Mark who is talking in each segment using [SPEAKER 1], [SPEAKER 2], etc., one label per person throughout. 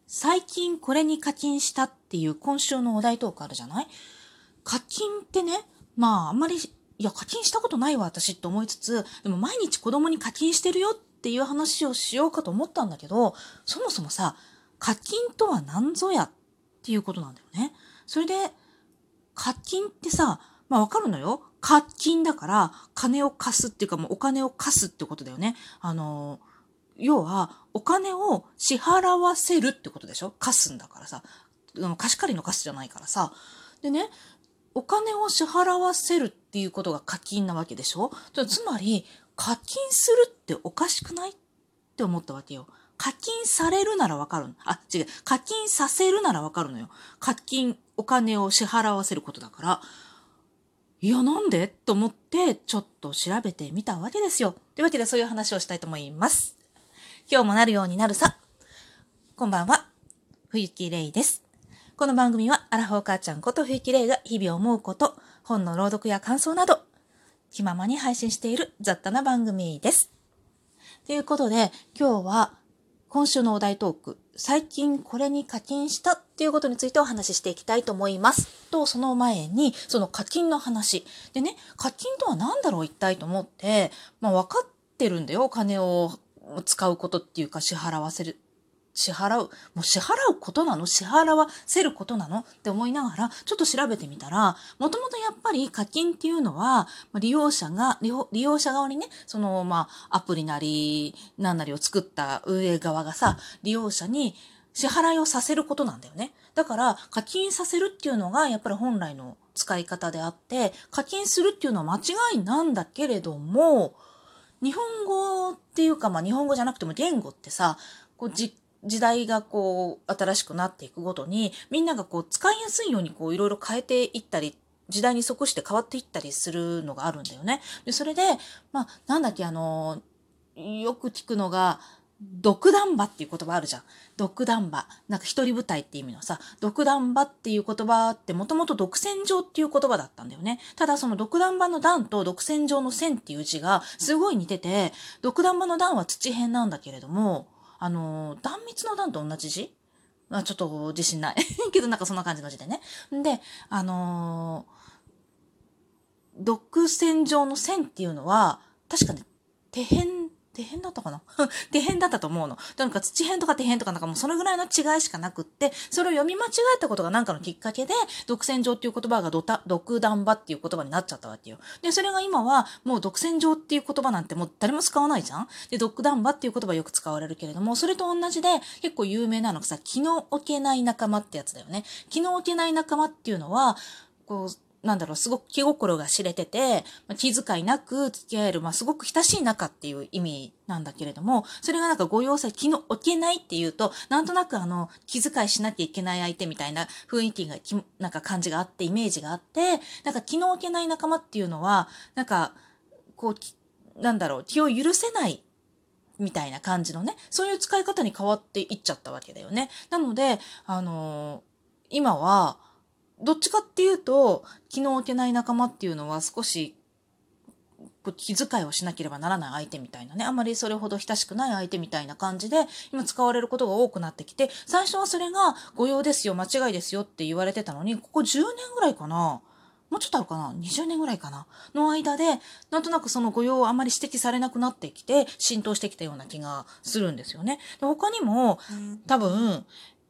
[SPEAKER 1] 最近これに課金したっていう今週のお題トークあるじゃない？課金ってね、あんまり、課金したことないわ私って思いつつ、でも毎日子供に課金してるよっていう話をしようかと思ったんだけど、そもそもさ、課金とは何ぞやっていうことなんだよね。それで、課金ってさ、わかるのよ。課金だから、金を貸すっていうかもうお金を貸すってことだよね。要は、お金を支払わせるってことでしょ？貸すんだからさ。貸し借りの貸すじゃないからさ。でね、お金を支払わせるっていうことが課金なわけでしょ？つまり、課金するっておかしくないって思ったわけよ。課金されるならわかる。違う。課金させるならわかるのよ。お金を支払わせることだから。なんでと思って、ちょっと調べてみたわけですよ。というわけで、そういう話をしたいと思います。今日もなるようになるさ。こんばんは、冬木玲です。この番組はアラフォー母ちゃんこと冬木玲が日々思うこと、本の朗読や感想など、気ままに配信している雑多な番組です。ということで、今日は今週のお題トーク、最近これに課金したっていうことについてお話ししていきたいと思います。と、その前に、その課金の話。でね、課金とは何だろう一体と思って、分かってるんだよ。お金を使うことっていうか支払うことなの？支払わせることなのって思いながら、ちょっと調べてみたら、もともとやっぱり課金っていうのは、利用者側にね、アプリなり、なんなりを作った運営側がさ、利用者に支払いをさせることなんだよね。だから、課金させるっていうのが、やっぱり本来の使い方であって、課金するっていうのは間違いなんだけれども、日本語っていうか、日本語じゃなくても言語ってさ、時代が新しくなっていくごとに、みんなが使いやすいようにいろいろ変えていったり、時代に即して変わっていったりするのがあるんだよね。で、それで、よく聞くのが、独断場っていう言葉あるじゃん。独断場。一人舞台って意味のさ、独断場っていう言葉ってもともと独占場っていう言葉だったんだよね。ただその独断場の段と独占場の線っていう字がすごい似てて、独断場の段は土辺なんだけれども、断密の段と同じ字？ちょっと自信ない。けどそんな感じの字でね。で、独占場の線っていうのは、確かね、手辺だったかな手辺だったと思うの。土辺とか手辺とかもうそのぐらいの違いしかなくって、それを読み間違えたことがのきっかけで、独占場っていう言葉が独断場っていう言葉になっちゃったわけよ。で、それが今はもう独占場っていう言葉なんてもう誰も使わないじゃん。で、独断場っていう言葉よく使われるけれども、それと同じで結構有名なのがさ、気の置けない仲間ってやつだよね。気の置けない仲間っていうのは、すごく気心が知れてて、気遣いなく付き合える、すごく親しい仲っていう意味なんだけれども、それがご要請、気の置けないっていうと、なんとなく気遣いしなきゃいけない相手みたいな雰囲気が、感じがあって、イメージがあって、気の置けない仲間っていうのは、気を許せないみたいな感じのね、そういう使い方に変わっていっちゃったわけだよね。なので、今は、どっちかっていうと、気の置けない仲間っていうのは少し気遣いをしなければならない相手みたいなね、あんまりそれほど親しくない相手みたいな感じで、今使われることが多くなってきて、最初はそれが誤用ですよ、間違いですよって言われてたのに、ここ10年ぐらいかな、もうちょっとあるかな ?20 年ぐらいかなの間で、なんとなくその誤用をあんまり指摘されなくなってきて、浸透してきたような気がするんですよね。で他にも、多分、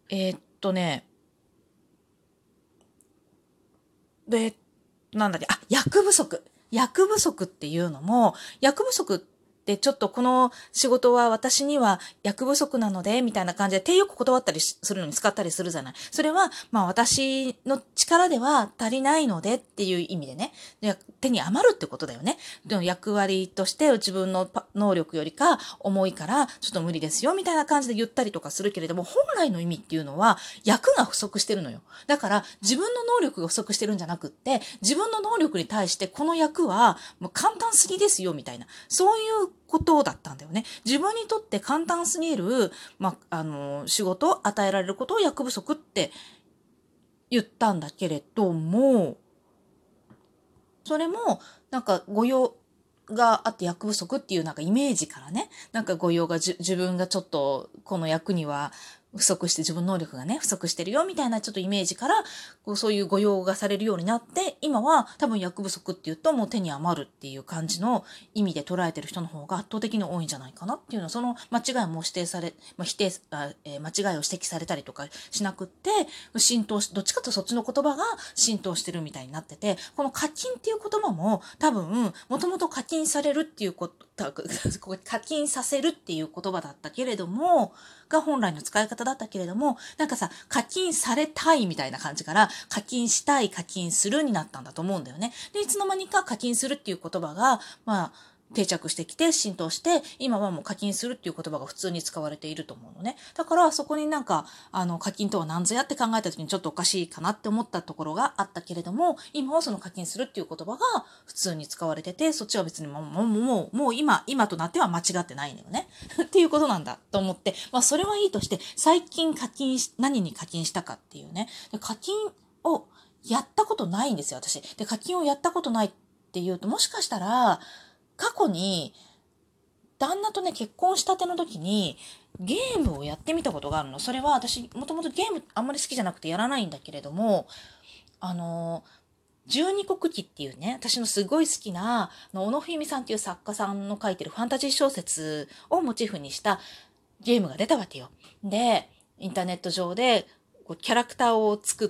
[SPEAKER 1] で、役不足。役不足っていうのも、役不足ってちょっとこの仕事は私には役不足なので、みたいな感じで手よく断ったりするのに使ったりするじゃない。それは、私の力では足りないのでっていう意味でね、手に余るってことだよね。でも役割として自分の能力よりか重いからちょっと無理ですよ、みたいな感じで言ったりとかするけれども、本来の意味っていうのは役が不足してるのよ。だから自分の能力が不足してるんじゃなくって、自分の能力に対してこの役はもう簡単すぎですよみたいな、そういうことだったんだよね。自分にとって簡単すぎる、仕事を与えられることを役不足って言ったんだけれども、それも誤用があって役不足っていうイメージからね、誤用が自分がちょっとこの役には不足して自分の能力がね、不足してるよみたいなちょっとイメージから、そういう誤用がされるようになって、今は多分役不足っていうともう手に余るっていう感じの意味で捉えてる人の方が圧倒的に多いんじゃないかなっていうのは、その間違いも指定され、間違いを指摘されたりとかしなくって、浸透し、どっちかというとそっちの言葉が浸透してるみたいになってて、この課金っていう言葉も多分、もともと課金されるっていうこと、課金させるっていう言葉だったけれども、が本来の使い方だったけれども、なんかさ、課金されたいみたいな感じから、課金したい、課金するになったんだと思うんだよね。で、いつの間にか課金するっていう言葉が、定着してきて浸透して、今はもう課金するっていう言葉が普通に使われていると思うのね。だからそこになんか、課金とは何ぞやって考えた時にちょっとおかしいかなって思ったところがあったけれども、今はその課金するっていう言葉が普通に使われてて、そっちは別にもう今となっては間違ってないのよね。っていうことなんだと思って、それはいいとして、最近何に課金したかっていうね。で課金をやったことないんですよ、私。で、課金をやったことないっていうと、もしかしたら、過去に、旦那とね、結婚したての時に、ゲームをやってみたことがあるの。それは私、もともとゲームあんまり好きじゃなくてやらないんだけれども、十二国旗っていうね、私のすごい好きな、小野冬美さんっていう作家さんの書いてるファンタジー小説をモチーフにしたゲームが出たわけよ。で、インターネット上で、キャラクターを作って、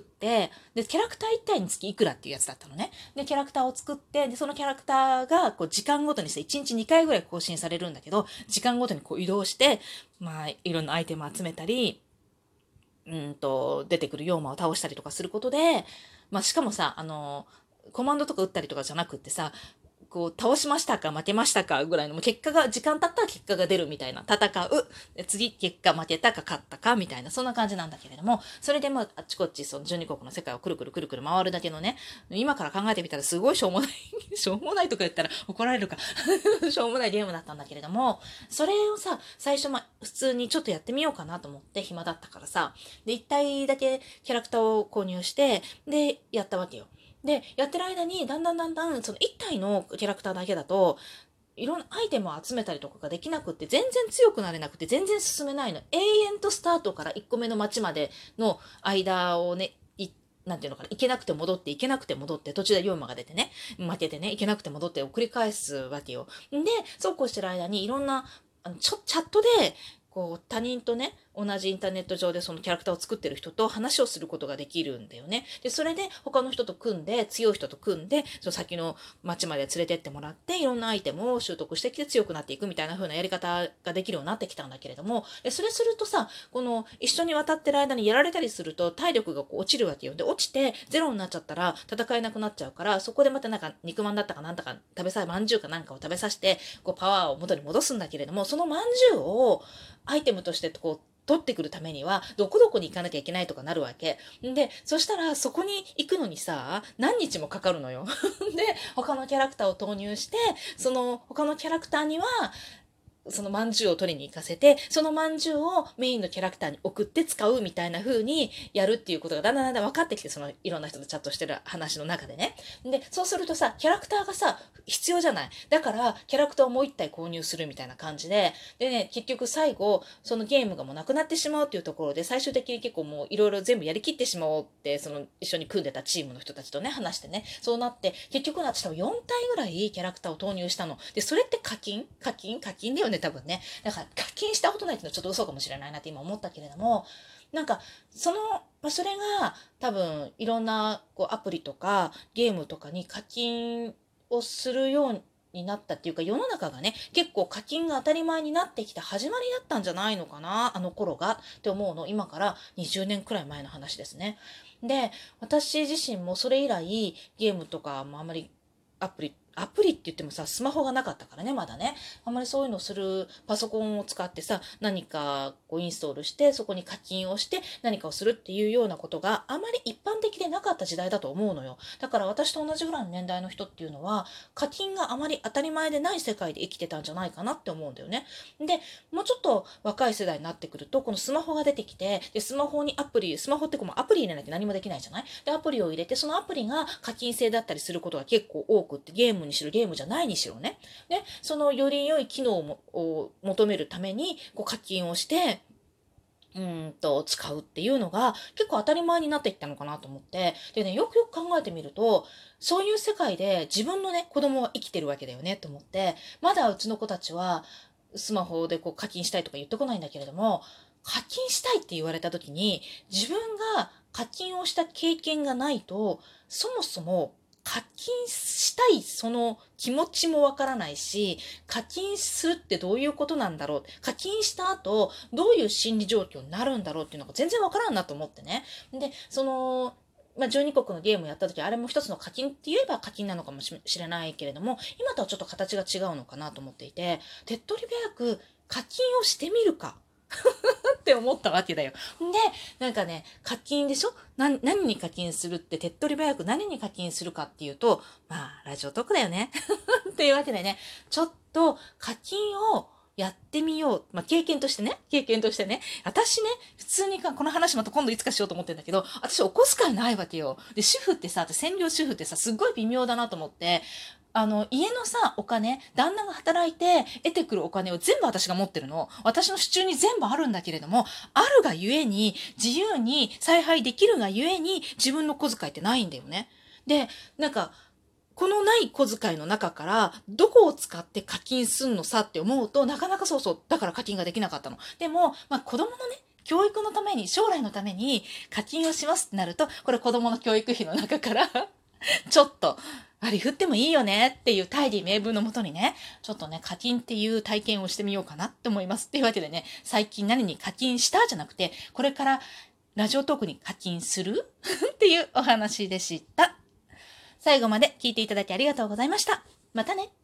[SPEAKER 1] で、キャラクター1体につきいくらっていうやつだったのね。で、キャラクターを作って、で、そのキャラクターが、時間ごとにして、1日2回ぐらい更新されるんだけど、時間ごとに移動して、いろんなアイテムを集めたり、出てくる妖魔を倒したりとかすることで、しかもさ、コマンドとか打ったりとかじゃなくってさ、倒しましたか負けましたかぐらいの、もう結果が、時間経ったら結果が出るみたいな、戦う、次結果負けたか勝ったかみたいな、そんな感じなんだけれども、それであっちこっちその12国の世界をくるくるくるくる回るだけのね、今から考えてみたらすごいしょうもないしょうもないとか言ったら怒られるかしょうもないゲームだったんだけれども、それをさ、最初普通にちょっとやってみようかなと思って暇だったからさ、で、1体だけキャラクターを購入して、で、やったわけよ。で、やってる間に、だんだん、その1体のキャラクターだけだと、いろんなアイテムを集めたりとかができなくって、全然強くなれなくて、全然進めないの。永遠とスタートから1個目の街までの間をね、なんていうのかな、行けなくて戻って、行けなくて戻って、途中で妖魔が出てね、負けてね、行けなくて戻ってを繰り返すわけよ。で、そうこうしてる間にいろんな、チャットで、他人とね、同じインターネット上でそのキャラクターを作ってる人と話をすることができるんだよね。で、それで他の人と組んで、強い人と組んで、その先の街まで連れてってもらって、いろんなアイテムを習得してきて強くなっていくみたいな風なやり方ができるようになってきたんだけれども、で、それするとさ、一緒に渡ってる間にやられたりすると体力が落ちるわけよ。で、落ちてゼロになっちゃったら戦えなくなっちゃうから、そこでまたなんか肉まんだったかなんだかまんじゅうかなんかを食べさせて、パワーを元に戻すんだけれども、そのまんじゅうをアイテムとして取ってくるためには、どこどこに行かなきゃいけないとかなるわけ。で、そしたら、そこに行くのにさ、何日もかかるのよ。で、他のキャラクターを投入して、その他のキャラクターには、その饅頭を取りに行かせて、その饅頭をメインのキャラクターに送って使うみたいな風にやるっていうことがだんだん分かってきて、そのいろんな人とチャットしてる話の中でね。で、そうするとさ、キャラクターがさ、必要じゃない。だから、キャラクターをもう一体購入するみたいな感じで、でね、結局最後、そのゲームがもうなくなってしまうっていうところで、最終的に結構もういろいろ全部やりきってしまおうって、その一緒に組んでたチームの人たちとね、話してね、そうなって、結局私多分4体ぐらいキャラクターを投入したの。で、それって課金だよね、多分ね。だから課金したことないっていうのはちょっと嘘かもしれないなって今思ったけれども、なんか、それが多分いろんなアプリとかゲームとかに課金をするようになったっていうか、世の中がね、結構課金が当たり前になってきた始まりだったんじゃないのかな、あの頃がって思うの。今から20年くらい前の話ですね。で、私自身もそれ以来ゲームとかもあんまりアプリって言ってもさ、スマホがなかったからね、まだね。あんまりそういうのをするパソコンを使ってさ、何かインストールして、そこに課金をして何かをするっていうようなことがあまり一般的でなかった時代だと思うのよ。だから私と同じぐらいの年代の人っていうのは、課金があまり当たり前でない世界で生きてたんじゃないかなって思うんだよね。で、もうちょっと若い世代になってくると、このスマホが出てきて、で、スマホってアプリ入れなきゃ何もできないじゃない。で、アプリを入れて、そのアプリが課金制だったりすることが結構多くって、ゲームにしろゲームじゃないにしろね。で、そのより良い機能を求めるために課金をして、 使うっていうのが結構当たり前になってきたのかなと思って。でね、よくよく考えてみると、そういう世界で自分のね、子供は生きてるわけだよねと思って、まだうちの子たちはスマホでこう課金したいとか言ってこないんだけれども、課金したいって言われた時に、自分が課金をした経験がないと、そもそも課金したいその気持ちもわからないし、課金するってどういうことなんだろう。課金した後、どういう心理状況になるんだろうっていうのが全然わからんなと思ってね。で、12国のゲームやった時、あれも一つの課金って言えば課金なのかもしれないけれども、今とはちょっと形が違うのかなと思っていて、手っ取り早く課金をしてみるか。って思ったわけだよ。で、なんかね、課金でしょ？何に課金するって手っ取り早く何に課金するかっていうと、まあ、ラジオトークだよね。っていうわけでね、ちょっと課金をやってみよう。まあ、経験としてね。私ね、普通にこの話また今度いつかしようと思ってんだけど、私お小遣いないわけよ。で、主婦ってさ、専業主婦ってさ、すっごい微妙だなと思って、家のさ、お金、旦那が働いて得てくるお金を全部私が持ってるの。私の手中に全部あるんだけれども、あるがゆえに、自由に采配できるがゆえに、自分の小遣いってないんだよね。で、なんか、このない小遣いの中から、どこを使って課金すんのさって思うと、なかなかだから課金ができなかったの。でも、まあ子供のね、教育のために、将来のために課金をしますってなると、これ子供の教育費の中からちょっと、割り振ってもいいよねっていう大義名分のもとにね、ちょっとね、課金っていう体験をしてみようかなって思います。っていうわけでね、最近何に課金したじゃなくて、これからラジオトークに課金するっていうお話でした。最後まで聞いていただきありがとうございました。またね。